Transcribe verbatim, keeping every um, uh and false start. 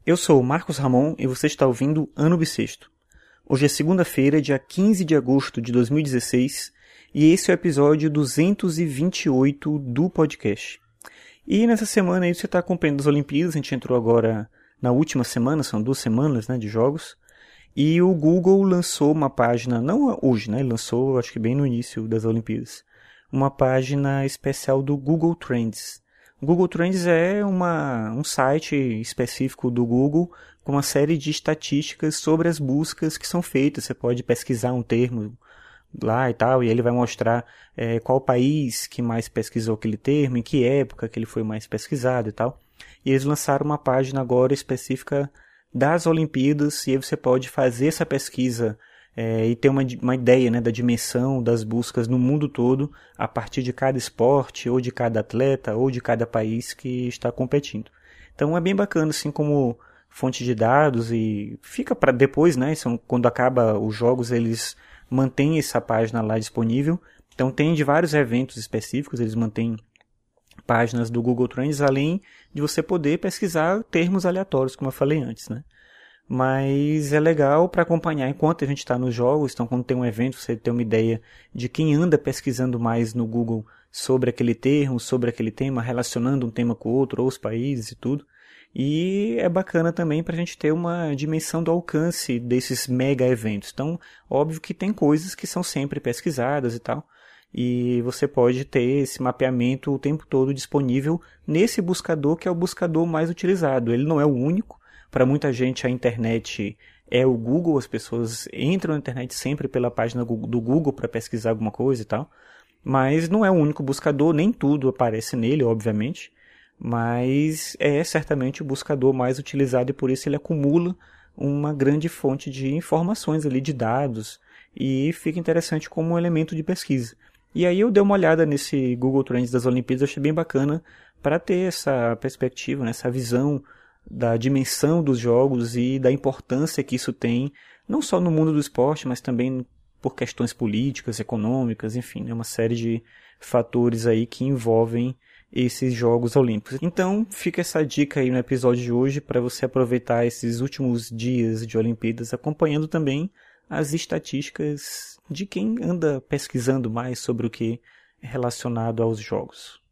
Eu sou o Marcos Ramon e você está ouvindo Ano Bissexto. Hoje é segunda-feira, dia quinze de agosto de dois mil e dezesseis, e esse é o episódio duzentos e vinte e oito do podcast. E nessa semana aí você está acompanhando as Olimpíadas, a gente entrou agora na última semana, são duas semanas, né, de jogos, e o Google lançou uma página, não hoje, né, ele lançou acho que bem no início das Olimpíadas, uma página especial do Google Trends. O Google Trends é uma, um site específico do Google com uma série de estatísticas sobre as buscas que são feitas. Você pode pesquisar um termo lá e tal, e ele vai mostrar é, qual país que mais pesquisou aquele termo, em que época que ele foi mais pesquisado e tal. E eles lançaram uma página agora específica das Olimpíadas, e aí você pode fazer essa pesquisa É, e ter uma, uma ideia, né, da dimensão das buscas no mundo todo a partir de cada esporte, ou de cada atleta, ou de cada país que está competindo. Então é bem bacana, assim, como fonte de dados, e fica para depois, né, são, quando acaba os jogos, eles mantêm essa página lá disponível. Então tem de vários eventos específicos, eles mantêm páginas do Google Trends, além de você poder pesquisar termos aleatórios, como eu falei antes, né. Mas é legal para acompanhar enquanto a gente está nos jogos. Então, quando tem um evento, você tem uma ideia de quem anda pesquisando mais no Google sobre aquele termo, sobre aquele tema, relacionando um tema com o outro, ou os países e tudo. E é bacana também para a gente ter uma dimensão do alcance desses mega eventos. Então, óbvio que tem coisas que são sempre pesquisadas e tal. E você pode ter esse mapeamento o tempo todo disponível nesse buscador, que é o buscador mais utilizado. Ele não é o único. Para muita gente a internet é o Google, as pessoas entram na internet sempre pela página do Google para pesquisar alguma coisa e tal, mas não é o único buscador, nem tudo aparece nele, obviamente, mas é certamente o buscador mais utilizado e por isso ele acumula uma grande fonte de informações ali, de dados, e fica interessante como um elemento de pesquisa. E aí eu dei uma olhada nesse Google Trends das Olimpíadas, achei bem bacana para ter essa perspectiva, né, essa visão da dimensão dos jogos e da importância que isso tem, não só no mundo do esporte, mas também por questões políticas, econômicas, enfim, né, uma série de fatores aí que envolvem esses Jogos Olímpicos. Então, fica essa dica aí no episódio de hoje para você aproveitar esses últimos dias de Olimpíadas, acompanhando também as estatísticas de quem anda pesquisando mais sobre o que é relacionado aos jogos.